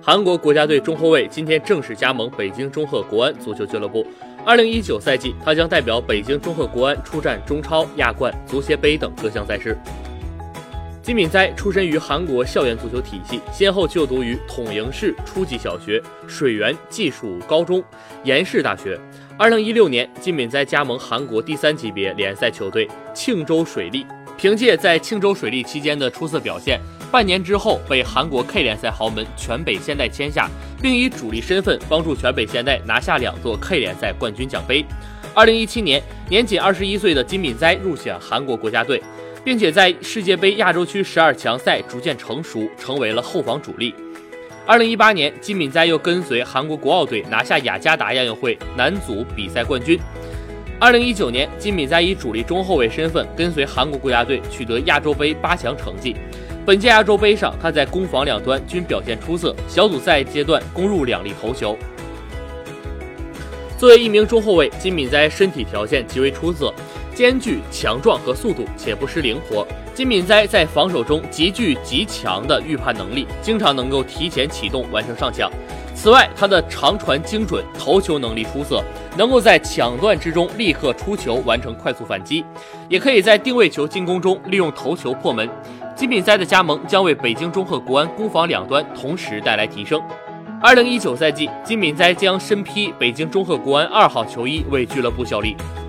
韩国国家队中后卫今天正式加盟北京中赫国安足球俱乐部。2019赛季，他将代表北京中赫国安出战中超、亚冠、足协杯等各项赛事。金敏哉出身于韩国校园足球体系，先后就读于统营市初级小学、水源技术高中、延世大学。2016年，金敏哉加盟韩国第3级别联赛球队庆州水利，凭借在庆州水利期间的出色表现，半年之后被韩国 K 联赛豪门全北现代签下，并以主力身份帮助全北现代拿下2座 K 联赛冠军奖杯。2017年，年仅21岁的金敏哉入选韩国国家队，并且在世界杯亚洲区12强赛逐渐成熟，成为了后防主力。2018年，金敏哉又跟随韩国国奥队拿下雅加达亚运会男组比赛冠军。2019年，金敏哉以主力中后卫身份跟随韩国国家队取得亚洲杯8强成绩。本届亚洲杯上，他在攻防两端均表现出色，小组赛阶段攻入2粒头球。作为一名中后卫，金敏哉身体条件极为出色，兼具强壮和速度，且不失灵活。金敏哉在防守中极强的预判能力，经常能够提前启动完成上抢。此外，他的长传精准，头球能力出色，能够在抢断之中立刻出球完成快速反击，也可以在定位球进攻中利用头球破门。金敏哉的加盟将为北京中赫国安攻防两端同时带来提升。2019赛季，金敏哉将身披北京中赫国安2号球衣为俱乐部效力。